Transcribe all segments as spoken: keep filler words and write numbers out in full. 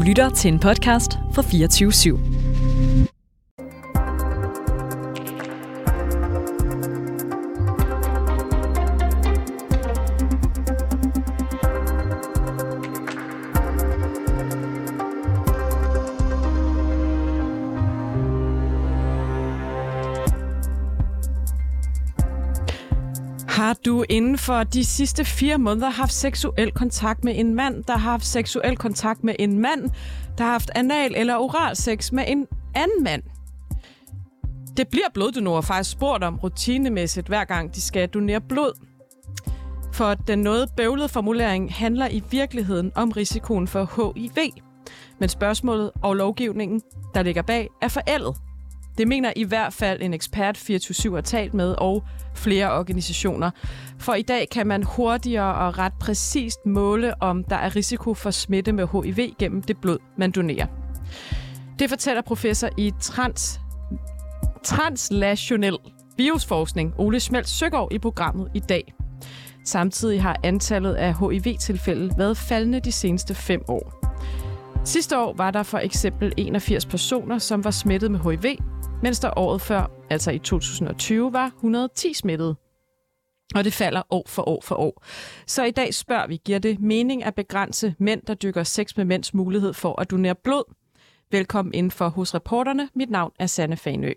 lytter til en podcast fra fireogtyve syv. Har du inden for de sidste fire måneder haft seksuel kontakt med en mand, der har haft seksuel kontakt med en mand, der har haft anal eller oral sex med en anden mand? Det bliver bloddonorer faktisk spurgt om rutinemæssigt, hver gang de skal donere blod. For den noget bøvlede formulering handler i virkeligheden om risikoen for H I V. Men spørgsmålet og lovgivningen, der ligger bag, er forældet. Det mener i hvert fald en ekspert fireogtyve syv har talt med, og flere organisationer. For i dag kan man hurtigere og ret præcist måle, om der er risiko for smitte med H I V gennem det blod, man donerer. Det fortæller professor i trans, translationel virusforskning, Ole Schmeltz Søgaard, i programmet i dag. Samtidig har antallet af H I V-tilfælde været faldende de seneste fem år. Sidste år var der for eksempel enogfirs personer, som var smittet med H I V, mens der året før, altså i to tusind og tyve, var et hundrede og ti smittede. Og det falder år for år for år. Så i dag spørger vi, giver det mening at begrænse mænd, der dyrker sex med mænds mulighed for at donere blod? Velkommen indenfor hos reporterne. Mit navn er Sanne Fanø.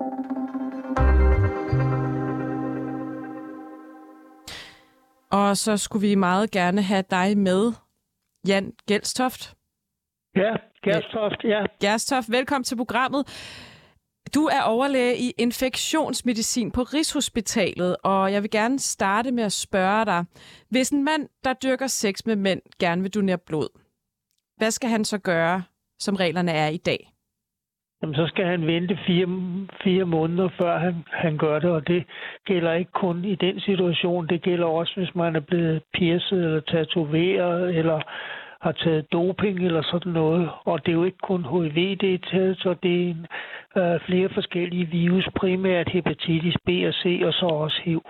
Og så skulle vi meget gerne have dig med, Jan Gelstoft. Ja, Gerstoft, ja. Gerstoft, velkommen til programmet. Du er overlæge i infektionsmedicin på Rigshospitalet, og jeg vil gerne starte med at spørge dig. Hvis en mand, der dyrker sex med mænd, gerne vil donere blod, hvad skal han så gøre, som reglerne er i dag? Jamen, så skal han vente fire, fire måneder, før han, han gør det, og det gælder ikke kun i den situation. Det gælder også, hvis man er blevet piercet eller tatoveret, eller har taget doping eller sådan noget. Og det er jo ikke kun H I V, det er taget, så det er en, øh, flere forskellige virus, primært hepatitis B og C, og så også H I V.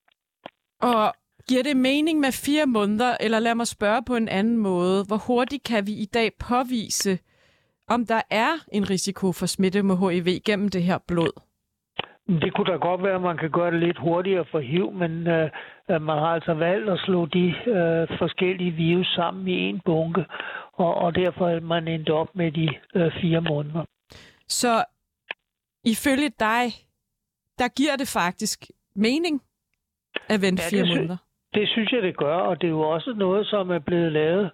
Og giver det mening med fire måneder, eller lad mig spørge på en anden måde, hvor hurtigt kan vi i dag påvise, om der er en risiko for smitte med H I V gennem det her blod? Det kunne da godt være, at man kan gøre det lidt hurtigere for H I V, men øh, man har altså valgt at slå de øh, forskellige virus sammen i en bunke, og, og derfor er man endt op med de øh, fire måneder. Så ifølge dig, der giver det faktisk mening at vente ja, fire det måneder? Sy- det synes jeg, det gør, og det er jo også noget, som er blevet lavet.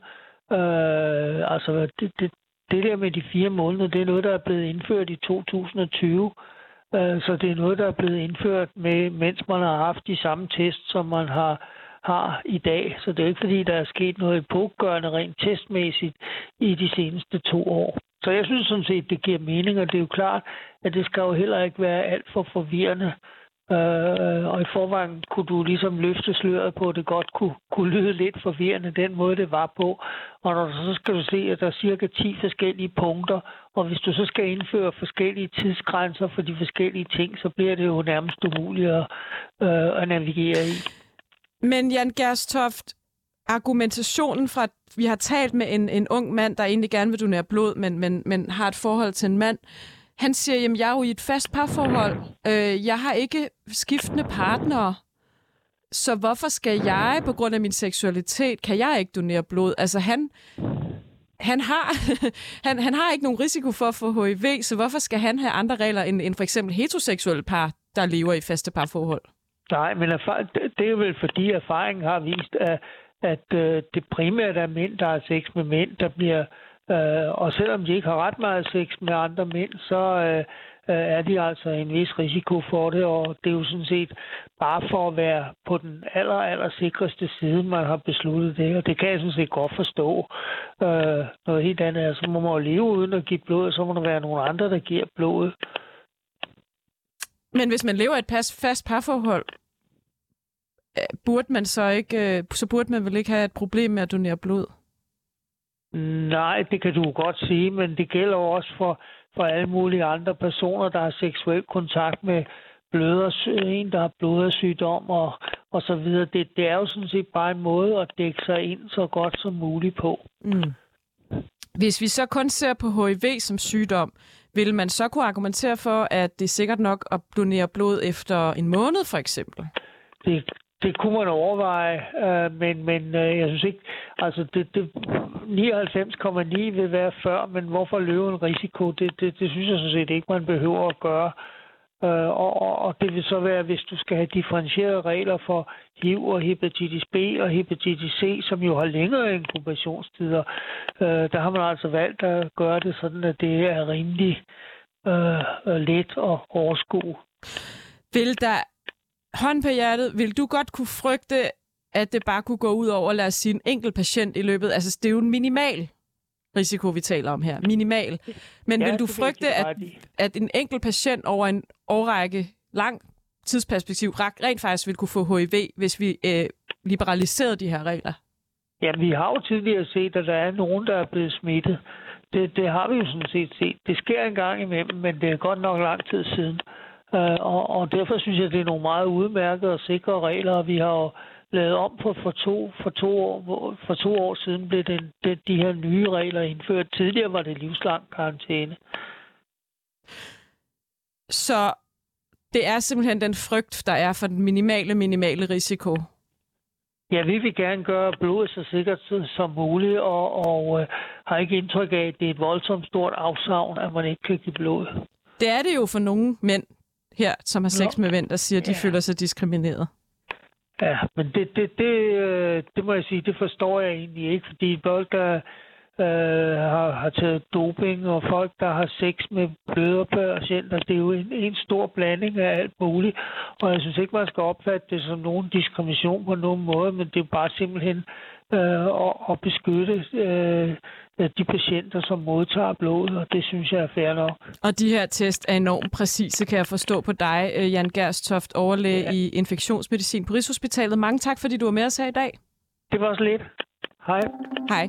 Øh, altså, det, det, det der med de fire måneder, det er noget, der er blevet indført i to tusind og tyve. Så det er noget, der er blevet indført, med, mens man har haft de samme test, som man har, har i dag. Så det er ikke, fordi der er sket noget epokegørende rent testmæssigt i de seneste to år. Så jeg synes sådan set, det giver mening, og det er jo klart, at det skal jo heller ikke være alt for forvirrende. Øh, og i forvejen kunne du ligesom løfte sløret på, at det godt kunne, kunne lyde lidt forvirrende, den måde det var på. Og når, så skal du se, at der er cirka ti forskellige punkter, og hvis du så skal indføre forskellige tidsgrænser for de forskellige ting, så bliver det jo nærmest umuligt at, øh, at navigere i. Men Jan Gerstoft, argumentationen fra, vi har talt med en, en ung mand, der egentlig gerne vil donere blod, men, men, men har et forhold til en mand. Han siger, jamen jeg er jo i et fast parforhold. Øh, jeg har ikke skiftende partnere. Så hvorfor skal jeg, på grund af min seksualitet, kan jeg ikke donere blod? Altså han, han, har, han, han har ikke nogen risiko for at få H I V, så hvorfor skal han have andre regler end, end for eksempel heteroseksuelle par, der lever i faste parforhold? Nej, men det er vel fordi erfaringen har vist, at, at det primært er mænd, der har sex med mænd, der bliver... Uh, og selvom de ikke har ret meget sex med andre mænd, så uh, uh, er de altså en vis risiko for det, og det er jo sådan set bare for at være på den aller, aller sikreste side, man har besluttet det, og det kan jeg sådan set godt forstå. Uh, noget helt andet er, så må man jo leve uden at give blod, og så må der være nogle andre, der giver blodet. Men hvis man lever i et pas, fast parforhold, burde man så ikke, så burde man vel ikke have et problem med at donere blod? Nej, det kan du godt sige, men det gælder også for, for alle mulige andre personer, der har seksuel kontakt med bløder, en, der har blødersygdom og, og så videre. Det, det er jo sådan set bare en måde at dække sig ind så godt som muligt på. Mm. Hvis vi så kun ser på H I V som sygdom, vil man så kunne argumentere for, at det er sikkert nok at donere blod efter en måned, for eksempel? Det, det kunne man overveje, øh, men, men øh, jeg synes ikke, altså det, det nioghalvfems komma ni vil være før, men hvorfor løbe en risiko? Det, det, det synes jeg sådan set ikke, man behøver at gøre. Øh, og, og det vil så være, hvis du skal have differentierede regler for H I V og hepatitis B og hepatitis C, som jo har længere inkubationstider. Øh, der har man altså valgt at gøre det sådan, at det er rimelig øh, let at overskue. Vil der, hånd på hjertet, vil du godt kunne frygte, at det bare kunne gå ud over, lad os sige, en enkelt patient i løbet? Altså, det er jo en minimal risiko, vi taler om her. Minimal. Men ja, vil du frygte, at, at en enkelt patient over en årrække, lang tidsperspektiv, rent faktisk vil kunne få H I V, hvis vi øh, liberaliserede de her regler? Ja, vi har jo tidligere set, at der er nogen, der er blevet smittet. Det, det har vi jo sådan set set. Det sker en gang imellem, men det er godt nok lang tid siden. Uh, og, og derfor synes jeg, det er nogle meget udmærkede og sikre regler, og vi har jo lavet om på for to, for to, år, for to år siden blev det, det, de her nye regler indført. Tidligere var det livslang karantæne. Så det er simpelthen den frygt, der er for den minimale, minimale risiko? Ja, vi vil gerne gøre blodet så sikkert som muligt, og, og øh, har ikke indtryk af, at det er et voldsomt stort afsavn, at man ikke kan give blod. Det er det jo for nogle mænd her, som har sex Nå. med mænd, der siger, at de ja. føler sig diskrimineret. Ja, men det, det, det, det må jeg sige, det forstår jeg egentlig ikke, fordi folk, der øh, har, har taget doping, og folk, der har sex med bløderpatienter, det er jo en, en stor blanding af alt muligt, og jeg synes ikke, man skal opfatte det som nogen diskrimination på nogen måde, men det er bare simpelthen øh, at, at beskytte øh, de patienter, som modtager blodet, og det synes jeg er fair nok. Og de her test er enormt præcise, kan jeg forstå på dig, Jan Gerstoft, overlæge ja. i infektionsmedicin på Rigshospitalet. Mange tak, fordi du var med os her i dag. Det var også lidt. Hej. Hej.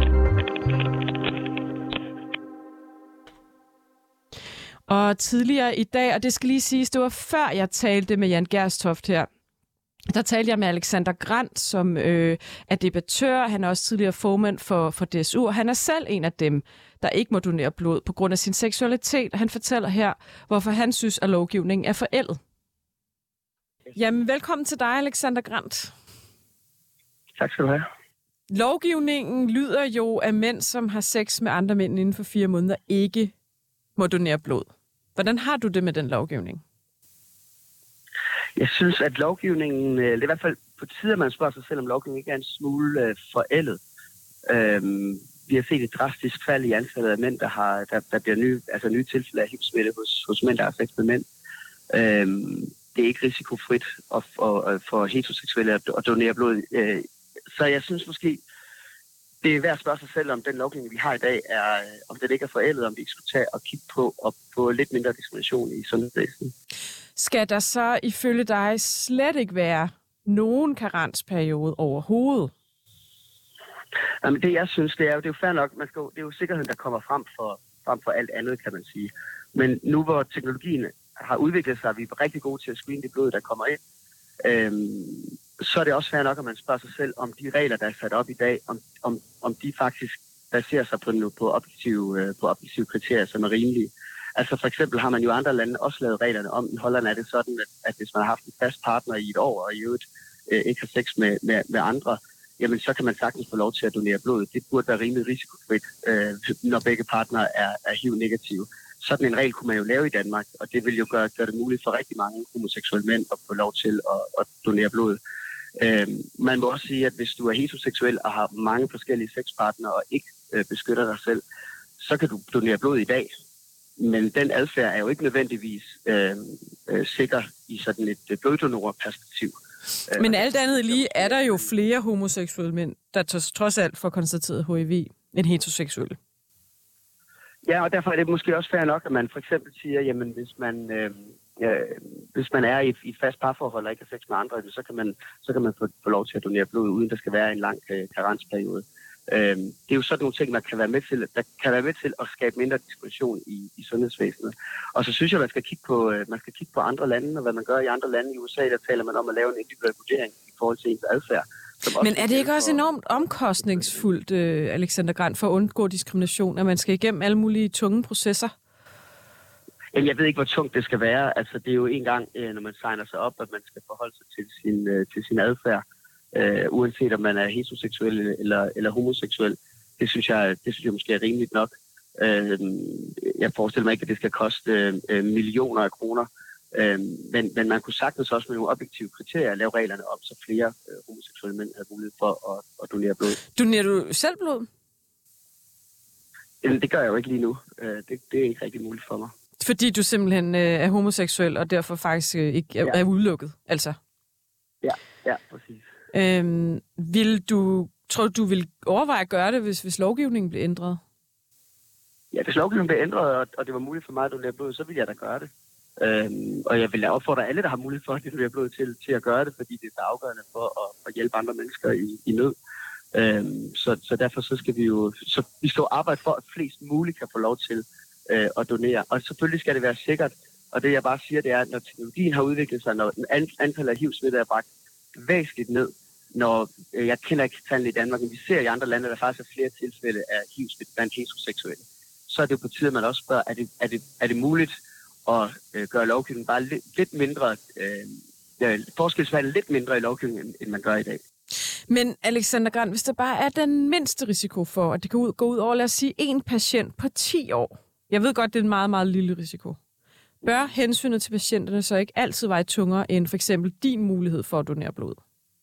Og tidligere i dag, og det skal lige siges, det var før jeg talte med Jan Gerstoft her, der talte jeg med Alexander Grandt, som øh, er debattør. Han er også tidligere formand for, for D S U, og han er selv en af dem, der ikke må donere blod på grund af sin seksualitet. Han fortæller her, hvorfor han synes, at lovgivningen er forældet. Jamen, velkommen til dig, Alexander Grandt. Tak skal du have. Lovgivningen lyder jo, at mænd, som har sex med andre mænd inden for fire måneder, ikke må donere blod. Hvordan har du det med den lovgivning? Jeg synes, at lovgivningen, det er i hvert fald på tide, at man spørger sig selv, om lovgivningen ikke er en smule uh, forældet. Øhm, vi har set et drastisk fald i antallet af mænd, der, har, der, der bliver nye, altså nye tilfælde af H I V-smitte hos, hos mænd, der har sex med mænd. Øhm, det er ikke risikofrit for, for, for heteroseksuelle at, at donere blod. Øh, så jeg synes måske, det er værd at spørge sig selv, om den lovgivning, vi har i dag, er, om det ikke er forældet, om vi ikke skulle tage og kigge på og på lidt mindre diskrimination i sundhedsvæsenet. Skal der så ifølge dig slet ikke være nogen karensperiode overhovedet? Jamen det jeg synes, det er jo, det er jo fair nok, man skal, det er jo sikkerheden, der kommer frem for, frem for alt andet, kan man sige. Men nu hvor teknologien har udviklet sig, og vi er rigtig gode til at screene det blod, der kommer ind, øhm, så er det også fair nok, at man spørger sig selv, om de regler, der er sat op i dag, om, om, om de faktisk baserer sig på, på, objektive, på objektive kriterier, som er rimelige. Altså for eksempel har man jo i andre lande også lavet reglerne om. I Holland er det sådan, at, at hvis man har haft en fast partner i et år, og i øvrigt øh, ikke har sex med, med, med andre, jamen så kan man sagtens få lov til at donere blod. Det burde være rimelig risikofrit, øh, når begge partnere er, er H I V-negative. Sådan en regel kunne man jo lave i Danmark, og det vil jo gøre, gøre det muligt for rigtig mange homoseksuelle mænd at få lov til at, at donere blod. Øh, man må også sige, at hvis du er heteroseksuel og har mange forskellige sexpartnere og ikke øh, beskytter dig selv, så kan du donere blod i dag. Men den adfærd er jo ikke nødvendigvis øh, øh, sikker i sådan et øh, bloddonorperspektiv. Men alt andet lige er der jo flere homoseksuelle mænd, der trods alt får konstateret H I V end heteroseksuelle. Ja, og derfor er det måske også fair nok, at man for eksempel siger, jamen hvis man, øh, øh, hvis man er i et, i et fast parforhold og ikke har sex med andre, så kan man, så kan man få, få lov til at donere blod, uden der skal være en lang øh, karensperiode. Øh, det er jo sådan nogle ting, der kan være med til, der kan være med til at skabe mindre diskrimination i, i sundhedsvæsenet. Og så synes jeg, at man skal kigge på, øh, man skal kigge på andre lande, og hvad man gør i andre lande. I U S A, der taler man om at lave en individuel vurdering i forhold til ens adfærd. Men er det ikke også enormt omkostningsfuldt, øh, Alexander Grandt, for at undgå diskrimination, at man skal igennem alle mulige tunge processer? Jamen, jeg ved ikke, hvor tungt det skal være. Altså, det er jo en gang, når man signer sig op, at man skal forholde sig til sin, til sin adfærd, øh, uanset om man er heteroseksuel eller, eller homoseksuel. Det synes jeg, det synes jeg måske er rimeligt nok. Øh, jeg forestiller mig ikke, at det skal koste øh, millioner af kroner. Øh, men, men man kunne sagtens også med nogle objektive kriterier lave reglerne om, så flere øh, homoseksuelle mænd har mulighed for at, at donere blod. Donerer du selv blod? Jamen, det gør jeg jo ikke lige nu. Øh, det, det er ikke rigtig muligt for mig. Fordi du simpelthen øh, er homoseksuel, og derfor faktisk øh, ikke er, ja. er udelukket, altså? Ja, ja, præcis. Øhm, vil du, tror du, du vil overveje at gøre det, hvis, hvis lovgivningen bliver ændret? Ja, hvis lovgivningen bliver ændret, og, og det var muligt for mig at donere blod, så vil jeg da gøre det. Øhm, og jeg vil opfordre alle, der har mulighed for at donere blod til, til at gøre det, fordi det er så afgørende for at, at hjælpe andre mennesker i, i nød. Øhm, så, så derfor så skal vi jo så vi skal jo arbejde for, at flest muligt kan få lov til øh, at donere. Og selvfølgelig skal det være sikkert. Og det jeg bare siger, det er, at når teknologien har udviklet sig, når antallet af H I V-smitte er bragt væsentligt ned, når øh, jeg kender ikke tallene i Danmark, men vi ser i andre lande, der faktisk er flere tilfælde af H I V-smitte blandt heteroseksuelle, så er det jo på tide, at man også spørger, er det, er det, er det muligt at øh, gøre lovgivningen bare lidt, lidt mindre, øh, forskelsvalget lidt mindre i lovgivningen, end man gør i dag. Men Alexander Grandt, hvis der bare er den mindste risiko for, at det kan ud, gå ud over, lad os sige, en patient på ti år. Jeg ved godt, det er en meget, meget lille risiko. Bør hensynet til patienterne så ikke altid veje tungere end for eksempel din mulighed for at donere blod?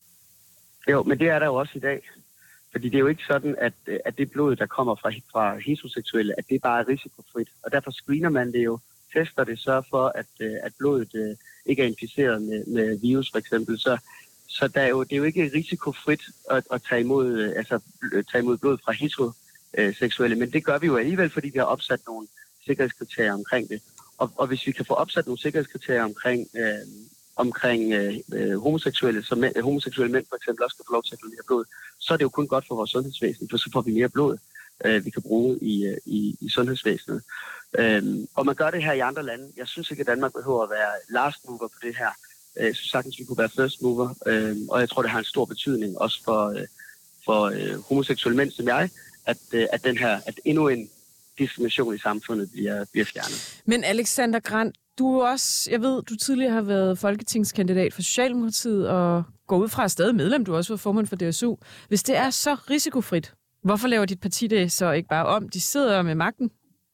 Jo, men det er der jo også i dag. Fordi det er jo ikke sådan, at, at det blod, der kommer fra, fra heteroseksuelle, at det bare er risikofrit. Og derfor screener man det jo, tester det, sørger for, at, at blodet ikke er inficeret med, med virus for eksempel. Så, så der er jo, det er jo ikke risikofrit at, at tage, imod, altså, tage imod blod fra heteroseksuelle, men det gør vi jo alligevel, fordi vi har opsat nogle sikkerhedskriterier omkring det. Og, og hvis vi kan få opsat nogle sikkerhedskriterier omkring, øh, omkring øh, homoseksuelle, så mænd, homoseksuelle mænd for eksempel også kan få lov til at donere blod, så er det jo kun godt for vores sundhedsvæsen, for så får vi mere blod, øh, vi kan bruge i, i, i sundhedsvæsenet. Øhm, og man gør det her i andre lande. Jeg synes ikke, at Danmark behøver at være last mover på det her. Jeg synes sagtens, vi kunne være first mover, øhm, og jeg tror, det har en stor betydning også for, øh, for øh, homoseksuelle mænd som jeg, at, øh, at, den her, at endnu en diskrimination i samfundet bliver, bliver fjernet. Men Alexander Grandt, du også, jeg ved, du tidligere har været folketingskandidat for Socialdemokratiet og går ud fra stadig medlem, du har også været formand for D S U. Hvis det er så risikofrit, hvorfor laver dit parti det så ikke bare om? De sidder med magten.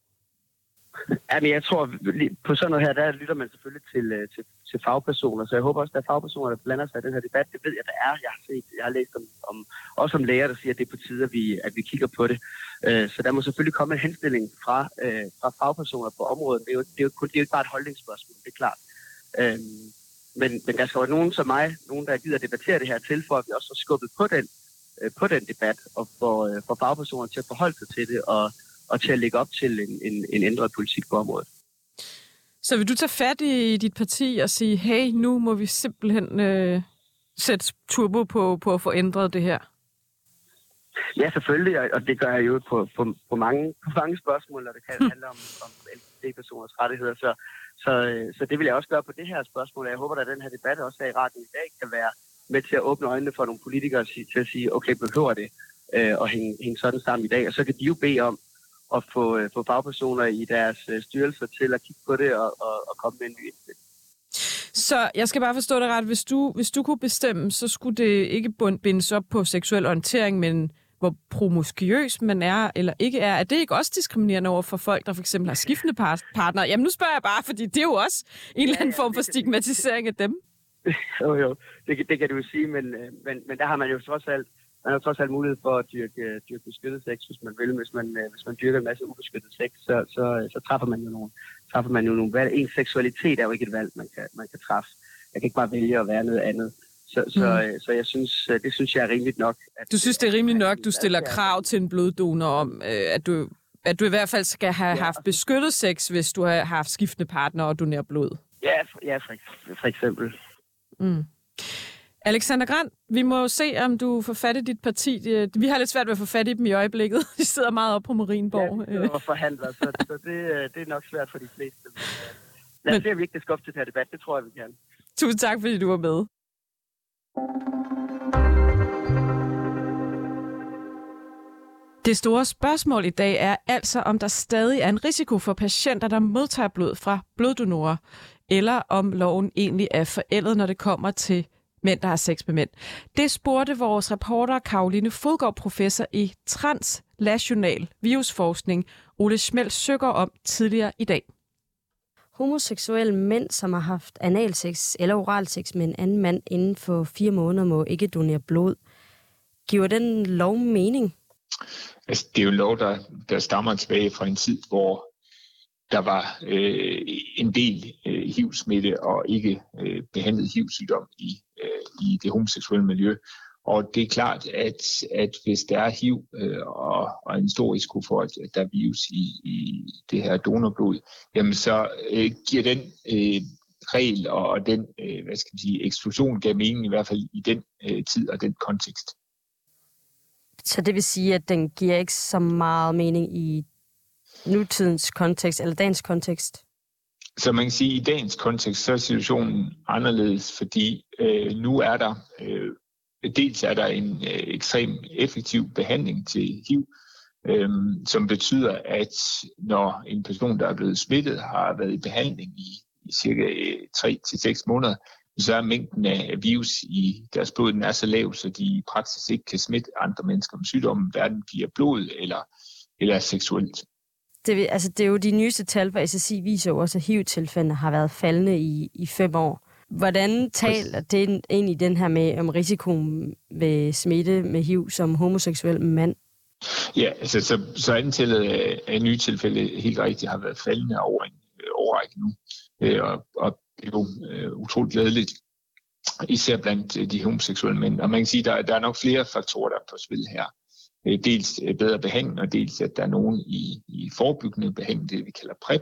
Jamen, jeg tror, på sådan noget her, der lytter man selvfølgelig til, til, til fagpersoner, så jeg håber også, at der er fagpersoner, der blander sig i den her debat. Det ved jeg, der er. Jeg har set, jeg har læst om, om også om læger, der siger, at det er på tide, at vi, at vi kigger på det. Så der må selvfølgelig komme en henstilling fra, fra fagpersoner på området. Det er, jo, det, er jo kun, det er jo ikke bare et holdningsspørgsmål, det er klart. Men, men der skal være nogen som mig, nogen, der gider debattere det her til, for at vi også får skubbet på den, på den debat, og får, får fagpersoner til at forholde sig til det, og og til at lægge op til en, en, en ændret politik på området. Så vil du tage fat i dit parti og sige, hey, nu må vi simpelthen øh, sætte turbo på, på at få ændret det her? Ja, selvfølgelig, og det gør jeg jo på, på, på, mange, på mange spørgsmål, når det kan handle om, om L G B T-personers rettigheder. Så, så, så det vil jeg også gøre på det her spørgsmål. Jeg håber, at den her debat også her i radioen i dag kan være med til at åbne øjnene for nogle politikere til at sige, okay, behøver det øh, at hænge, hænge sådan sammen i dag? Og så kan de jo bede om og få, få fagpersoner i deres øh, styrelser til at kigge på det og, og, og komme med en ny indsigt. Så jeg skal bare forstå det ret. Hvis du, hvis du kunne bestemme, så skulle det ikke bindes op på seksuel orientering, men hvor promiskuøs man er eller ikke er. Er det ikke også diskriminerende over for folk, der for eksempel har skiftende partnere? Jamen nu spørger jeg bare, fordi det er jo også en eller anden ja, ja, form for stigmatisering af dem. Jo, jo. Det, det kan du jo sige, men, men, men der har man jo trods alt Man har trods alt mulighed for at dyrke, dyrke beskyttet sex, hvis man vil. Hvis man, hvis man dyrker en masse ubeskyttet sex, så, så, så træffer man jo nogle, træffer man jo nogle valg. En seksualitet er jo ikke et valg, man kan, man kan træffe. Jeg kan ikke bare vælge at være noget andet. Så, mm. så, så jeg synes, det synes jeg er rimeligt nok. At, du synes, det er rimeligt nok, du stiller krav til en bloddonor om, at du, at du i hvert fald skal have haft beskyttet sex, hvis du har haft skiftende partner og donerer blod? Ja, ja for, for eksempel. Mm. Alexander Grandt, vi må se, om du får fat i dit parti. Vi har lidt svært ved at få fat i dem i øjeblikket. De sidder meget oppe på Marienborg. Ja, de sidder og forhandler, så, så det, det er nok svært for de fleste. Lad os se, om vi ikke kan skubbe til den her debat. Det tror jeg, vi kan. Tusind tak, fordi du var med. Det store spørgsmål i dag er altså, om der stadig er en risiko for patienter, der modtager blod fra bloddonorer, eller om loven egentlig er forældet, når det kommer til mænd, der har sex med mænd. Det spurgte vores reporter Caroline Fodgaard, professor i translational virusforskning, Ole Schmelz Søgaard om tidligere i dag. Homoseksuelle mænd, som har haft analsex eller oralsex med en anden mand inden for fire måneder, må ikke donere blod. Giver den lov mening? Altså, det er jo en lov, der, der stammer tilbage fra en tid, hvor der var øh, en del øh, H I V-smitte og ikke øh, behandlet H I V-sygdom i, øh, i det homoseksuelle miljø. Og det er klart, at, at hvis der er H I V øh, og, og en stor risiko for, at der er virus i, i det her donorblod, jamen så øh, giver den øh, regel og, og den øh, hvad skal man sige, eksklusion gav mening i hvert fald i den øh, tid og den kontekst. Så det vil sige, at den giver ikke så meget mening i nutidens kontekst eller dagens kontekst? Så man kan sige, at i dagens kontekst, så er situationen anderledes, fordi øh, nu er der, øh, dels er der en øh, ekstrem effektiv behandling til H I V, øh, som betyder, at når en person, der er blevet smittet, har været i behandling i, i cirka tre til seks måneder, så er mængden af virus i deres blod, den er så lav, så de i praksis ikke kan smitte andre mennesker med sygdommen, hverken via blod eller, eller seksuelt. Det, altså, det er jo de nyeste tal fra S S I viser jo også, at H I V-tilfældene har været faldende i, i fem år. Hvordan taler det egentlig den her med om risikoen ved smitte med H I V som homoseksuel mand? Ja, altså, så, så antallet af, af nye tilfælde helt rigtigt har været faldende over en øh, årrække nu. Øh, og, og det er jo øh, utroligt glædeligt, især blandt de homoseksuelle mænd. Og man kan sige, at der, der er nok flere faktorer, der er på spil her. Dels bedre behandling, og dels at der er nogen i, i forebyggende behandling, det vi kalder PrEP.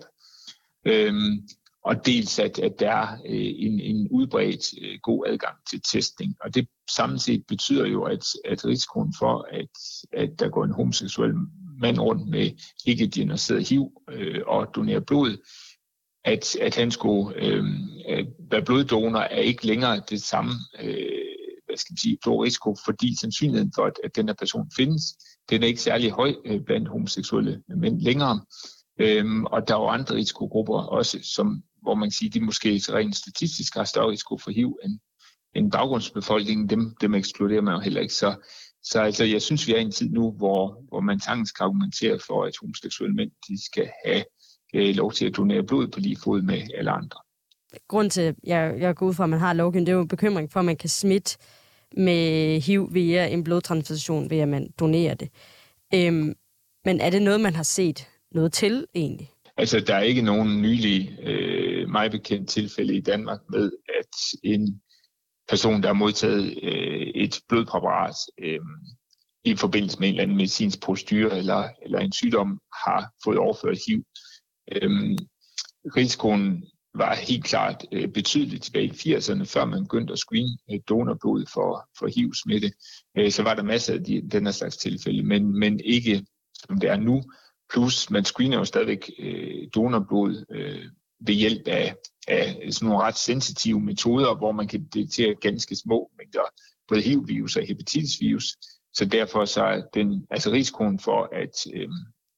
Øhm, og dels at, at der er en, en udbredt god adgang til testning. Og det samtidig betyder jo, at, at risikoen for, at, at der går en homoseksuel mand rundt med ikke diagnosticeret H I V øh, og donerer blod, at, at han skulle øh, være bloddonor, er ikke længere det samme øh, hvad skal man sige, stor risiko, fordi sandsynligheden for, at, at den her person findes, den er ikke særlig høj øh, blandt homoseksuelle mænd længere. Øhm, og der er jo andre risikogrupper også, som, hvor man kan sige, de måske rent statistisk har større risiko for H I V end, end baggrundsbefolkningen. Dem, dem ekskluderer man jo heller ikke. Så, så altså, jeg synes, vi er i en tid nu, hvor, hvor man sagtens kan argumentere for, at homoseksuelle mænd de skal have øh, lov til at donere blod på lige fod med alle andre. Grunden til, at jeg, jeg går ud fra, at man har lovgivning, det er jo en bekymring for, at man kan smitte med H I V via en blodtransplantation, ved at man donerer det. Øhm, men er det noget, man har set noget til egentlig? Altså, der er ikke nogen nylige, øh, meget bekendt tilfælde i Danmark med, at en person, der har modtaget øh, et blodpræparat øh, i forbindelse med en eller anden medicinsk procedure eller, eller en sygdom, har fået overført H I V. Øh, risikoen var helt klart øh, betydeligt tilbage i firserne, før man begyndte at screene øh, donorblod for, for H I V-smitte. Øh, så var der masser af de, den her slags tilfælde, men, men ikke som det er nu. Plus, man screener jo stadigvæk øh, donorblod øh, ved hjælp af, af sådan nogle ret sensitive metoder, hvor man kan detektere ganske små mængder både H I V-virus og hepatitis-virus. Så derfor så er den, altså risikoen for, at, øh,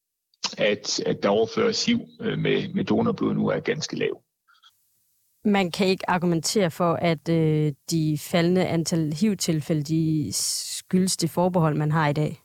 at, at der overføres H I V øh, med, med donorblod nu er ganske lav. Man kan ikke argumentere for, at øh, de faldende antal H I V-tilfælde, de skyldes det forbehold, man har i dag?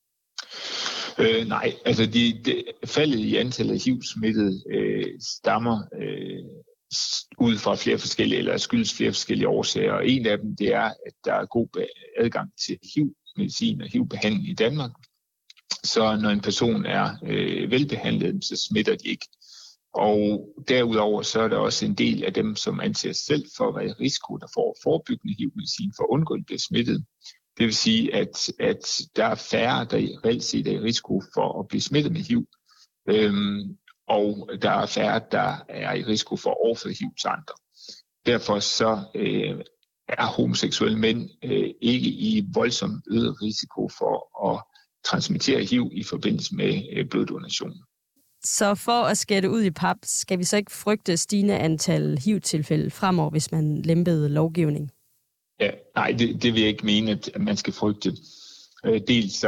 Øh, nej, altså de, de, faldet i antallet af H I V-smittede øh, stammer øh, ud fra flere forskellige, eller skyldes flere forskellige årsager. Og en af dem, det er, at der er god adgang til H I V-medicin og H I V-behandling i Danmark. Så når en person er øh, velbehandlet, så smitter de ikke. Og derudover så er der også en del af dem, som anser sig selv for at være i risiko, der får forebyggende H I V-medicin for at undgå at blive smittet. Det vil sige, at, at der er færre, der reelt set er i risiko for at blive smittet med H I V. Øhm, og der er færre, der er i risiko for at overføre H I V til andre. Derfor så øh, er homoseksuelle mænd øh, ikke i voldsomt øget risiko for at transmittere H I V i forbindelse med øh, bloddonation. Så for at skære det ud i pap, skal vi så ikke frygte stigende antal H I V-tilfælde fremover, hvis man lempede lovgivning? Ja, nej, det, det vil jeg ikke mene, at man skal frygte. Dels så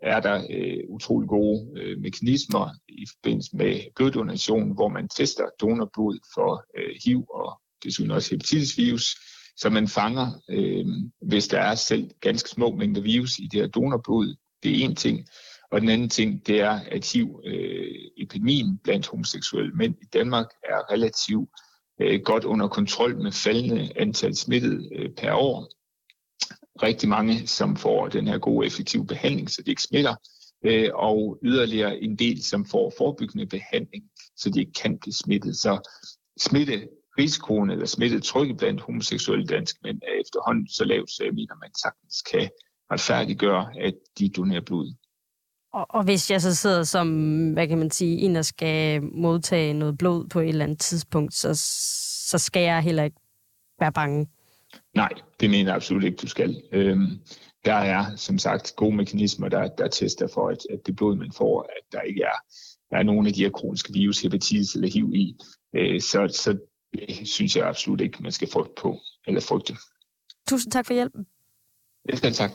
er der øh, utrolig gode øh, mekanismer i forbindelse med bloddonation, hvor man tester donorblod for øh, H I V og desuden også hepatitisvirus, så man fanger, øh, hvis der er selv ganske små mængder virus i det her donorblod. Det er en ting. Og den anden ting, det er, at H I V-epidemien øh, blandt homoseksuelle mænd i Danmark er relativt øh, godt under kontrol med faldende antal smittede øh, per år. Rigtig mange, som får den her gode, effektive behandling, så de ikke smitter, øh, og yderligere en del, som får forebyggende behandling, så de ikke kan blive smittet. Så smitterisikoen eller smittetrykket blandt homoseksuelle danske mænd er efterhånden så lavt, så jeg mener, man sagtens kan retfærdiggøre, at de donerer blod. Og, og hvis jeg så sidder som, hvad kan man sige, en, der skal modtage noget blod på et eller andet tidspunkt, så, så skal jeg heller ikke være bange. Nej, det mener jeg absolut ikke, du skal. Øhm, der er, som sagt, gode mekanismer, der, der tester for, at, at det blod, man får, at der ikke er, der er nogen af de her kroniske virus, hepatitis eller H I V i. Øh, så, så det synes jeg absolut ikke, man skal frygte på, eller frygte. Tusind tak for hjælpen. Jeg skal tak.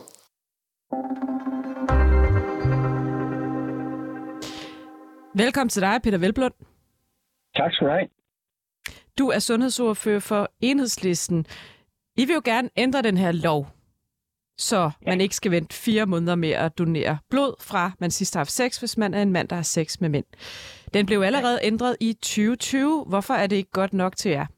Velkommen til dig, Peter Hvelplund. Tak skal du have. Du er sundhedsordfører for Enhedslisten. I vil jo gerne ændre den her lov, så ja. man ikke skal vente fire måneder med at donere blod fra, man sidst har haft sex, hvis man er en mand, der har sex med mænd. Den blev allerede ændret i tyve tyve. Hvorfor er det ikke godt nok til jer?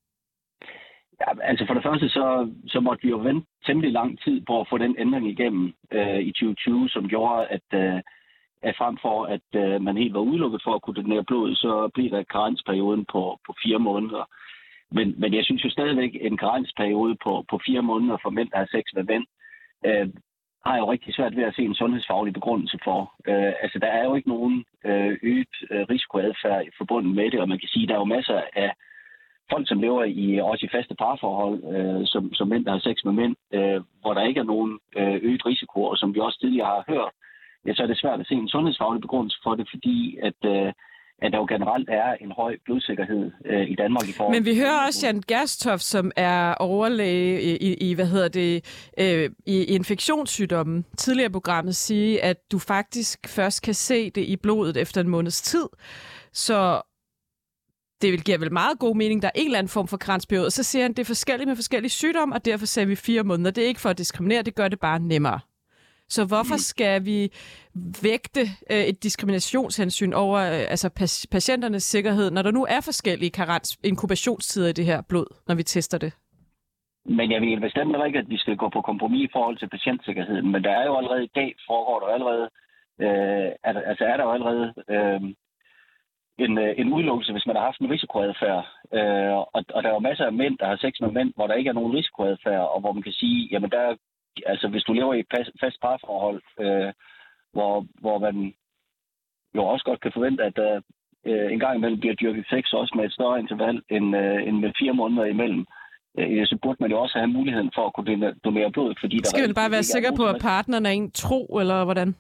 Ja, altså for det første, så, så måtte vi jo vente temmelig lang tid på at få den ændring igennem øh, i tyve tyve, som gjorde, at, øh, at frem for, at øh, man helt var udelukket for at kunne donere blod, så blev der karensperioden på, på fire måneder. Men, men jeg synes jo stadigvæk, en karensperiode på, på fire måneder for mænd, der har sex med mænd, øh, har jo rigtig svært ved at se en sundhedsfaglig begrundelse for. Øh, altså, der er jo ikke nogen øh, øget øh, risikoadfærd forbundet med det, og man kan sige, at der er jo masser af folk, som lever i også i faste parforhold, øh, som, som mænd, der har sex med mænd, øh, hvor der ikke er nogen øh, øget risiko, og som vi også tidligere har hørt, ja, så er det svært at se en sundhedsfaglig begrundelse for det, fordi at, øh, at der jo generelt er en høj blodsikkerhed øh, i Danmark i forhold. Men vi hører også Jan Gerstoft, som er overlæge i, i, i hvad hedder det, øh, i infektionssygdommen, tidligere i programmet, sige, at du faktisk først kan se det i blodet efter en måneds tid. Så det giver vel meget god mening, der er en eller anden form for karensperiode. Så siger han, at det er forskelligt med forskellige sygdomme, og derfor sagde vi fire måneder. Det er ikke for at diskriminere, det gør det bare nemmere. Så hvorfor skal vi vægte øh, et diskriminationshensyn over øh, altså pas- patienternes sikkerhed, når der nu er forskellige karens- inkubationstider i det her blod, når vi tester det? Men jeg vil bestemt ikke, at vi skal gå på kompromis i forhold til patientsikkerheden. Men der er jo allerede i dag, foregår der allerede, øh, altså er der jo allerede øh, en, en udelukkelse, hvis man har haft en risikoadfærd. Øh, og, og der er jo masser af mænd, der har sex med mænd, hvor der ikke er nogen risikoadfærd, og hvor man kan sige, jamen der altså hvis du lever i et fast parforhold, øh, hvor, hvor man jo også godt kan forvente, at der øh, en gang imellem bliver dyrket sex også med et større interval end, øh, end med fire måneder imellem, øh, så burde man jo også have muligheden for at kunne donere blod. Fordi der skal man bare være sikker på, at partneren er en tro, eller hvordan?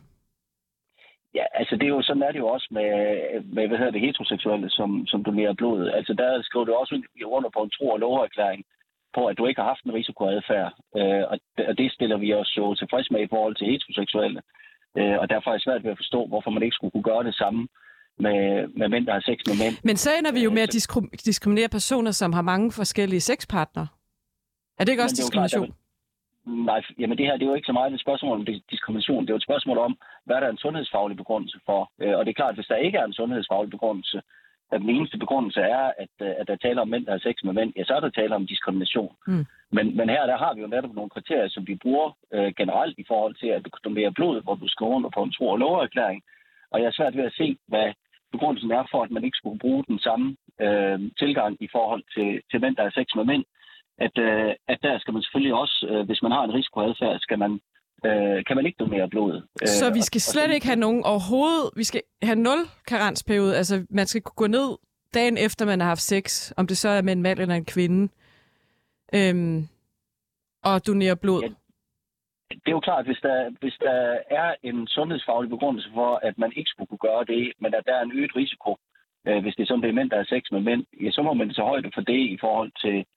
Ja, altså det er jo, sådan er det jo også med, med hvad hedder det, heteroseksuelle, som, som donerer blod. Altså der skriver du også under på en tro- og loverklæring, på, at du ikke har haft en risikoadfærd. Øh, og, det, og det stiller vi os jo tilfreds med i forhold til heteroseksuelle. Øh, og derfor er det svært ved at forstå, hvorfor man ikke skulle kunne gøre det samme med, med mænd, der har sex med mænd. Men så ender vi jo med at diskri- diskriminere personer, som har mange forskellige sexpartnere. Er det ikke også diskrimination? Klart, der, nej, jamen det her det er jo ikke så meget et spørgsmål om diskrimination. Det er jo et spørgsmål om, hvad der er en sundhedsfaglig begrundelse for. Øh, og det er klart, at hvis der ikke er en sundhedsfaglig begrundelse, at den eneste begrundelse er, at, at der taler om mænd, der har sex med mænd, ja, så er der tale om diskrimination. Mm. Men, men her der har vi jo netop nogle kriterier, som vi bruger øh, generelt i forhold til, at du kan donere blod, hvor du skriver under på en tro- og loverklæring. Og jeg er svært ved at se, hvad begrundelsen er for, at man ikke skulle bruge den samme øh, tilgang i forhold til, til mænd, der har sex med mænd. At, øh, at der skal man selvfølgelig også, øh, hvis man har en risikoadfærd, skal man Øh, kan man ikke donere blod. Så vi skal slet ikke have nogen overhovedet, vi skal have nul karensperiode, altså man skal kunne gå ned dagen efter, man har haft sex, om det så er med en mand eller en kvinde, øhm, og donere blod. Ja, det er jo klart, hvis der, hvis der er en sundhedsfaglig begrundelse for, at man ikke skulle kunne gøre det, men at der er en øget risiko, øh, hvis det er sådan, det er mænd, der har sex med mænd, ja, så må man tage højde for det i forhold til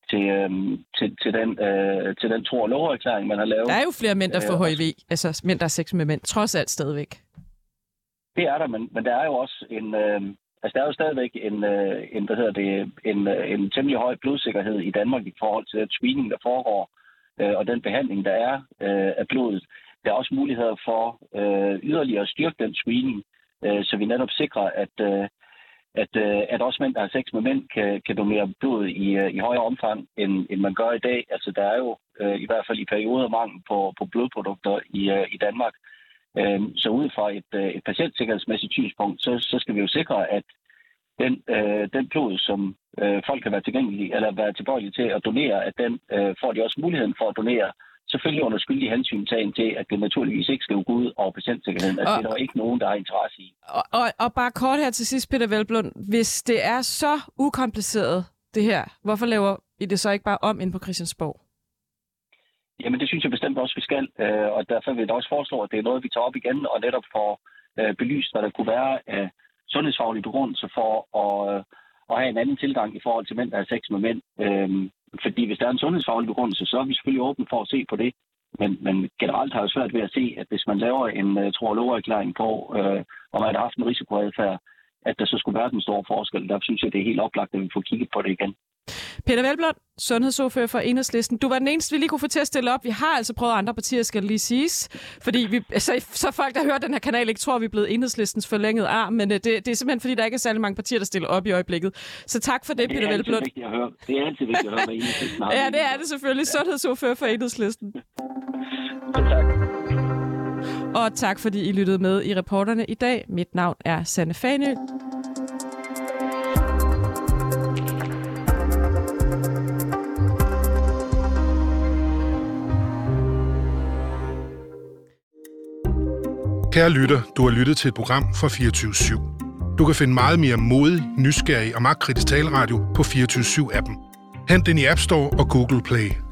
til, øh, til, til den, øh, til den tro- og lovererklæring, man har lavet. Der er jo flere mænd, der får øh, H I V, altså mænd, der har sex med mænd, trods alt stadigvæk. Det er der, men, men der er jo også en... Øh, altså, der er jo stadigvæk en, øh, en, hvad hedder det, en, øh, en temmelig høj blodsikkerhed i Danmark i forhold til den screening, der foregår, øh, og den behandling, der er øh, af blodet. Der er også muligheder for øh, yderligere at styrke den screening, øh, så vi netop sikrer, at, øh, at, øh, at også mænd, der har sex med mænd, kan, kan donere blod i, øh, i højere omfang, end, end man gør i dag. Altså, der er jo øh, i hvert fald i perioder mangel på, på blodprodukter i, øh, i Danmark. Øh, så ud fra et, øh, et patientsikkerhedsmæssigt synspunkt, så, så skal vi jo sikre, at den, øh, den blod, som øh, folk kan være tilgængelige eller være tilbøjelige til at donere, at den øh, får de også muligheden for at donere. Selvfølgelig under skyldig hensyntagen til, at det naturligvis ikke skal gå ud over patientsikkerheden. Altså, det er der ikke nogen, der har interesse i. Og, og, og bare kort her til sidst, Peter Hvelplund. Hvis det er så ukompliceret, det her, hvorfor laver I det så ikke bare om ind på Christiansborg? Jamen, det synes jeg bestemt også, vi skal. Og derfor vil jeg også foreslå, at det er noget, vi tager op igen, og netop får belyst, hvad der kunne være af sundhedsfaglige begrundelser for at, at have en anden tilgang i forhold til mænd, der har sex med mænd. Fordi hvis der er en sundhedsfaglig begrundelse, så er vi selvfølgelig åbne for at se på det. Men, men generelt har jeg svært ved at se, at hvis man laver en uh, tro- og lovererklæring på, øh, om man har haft en risikoadfærd, at der så skulle være den store forskel. Derfor synes jeg, det er helt oplagt, at vi får kigget på det igen. Peter Hvelplund, sundhedsordfører for Enhedslisten. Du var den eneste, vi lige kunne få til at stille op. Vi har altså prøvet andre partier, skal det lige siges. Fordi vi, så, så folk, der hører den her kanal, ikke tror, vi er blevet Enhedslistens forlængede arm. Men det, det er simpelthen, fordi der ikke er særlig mange partier, der stiller op i øjeblikket. Så tak for det, det Peter Hvelplund. Det er altid vigtigt at høre, hvad Enhedslisten har. Ja, det er det selvfølgelig. Sundhedsordfører for Enhedslisten. Tak. Og tak, fordi I lyttede med i Reporterne i dag. Mit navn er Sanne Fanø. Kære lytter, du har lyttet til et program fra fireogtyve syv. Du kan finde meget mere modig, nysgerrig og magtkritisk taleradio på fireogtyve syv appen. Hent den i App Store og Google Play.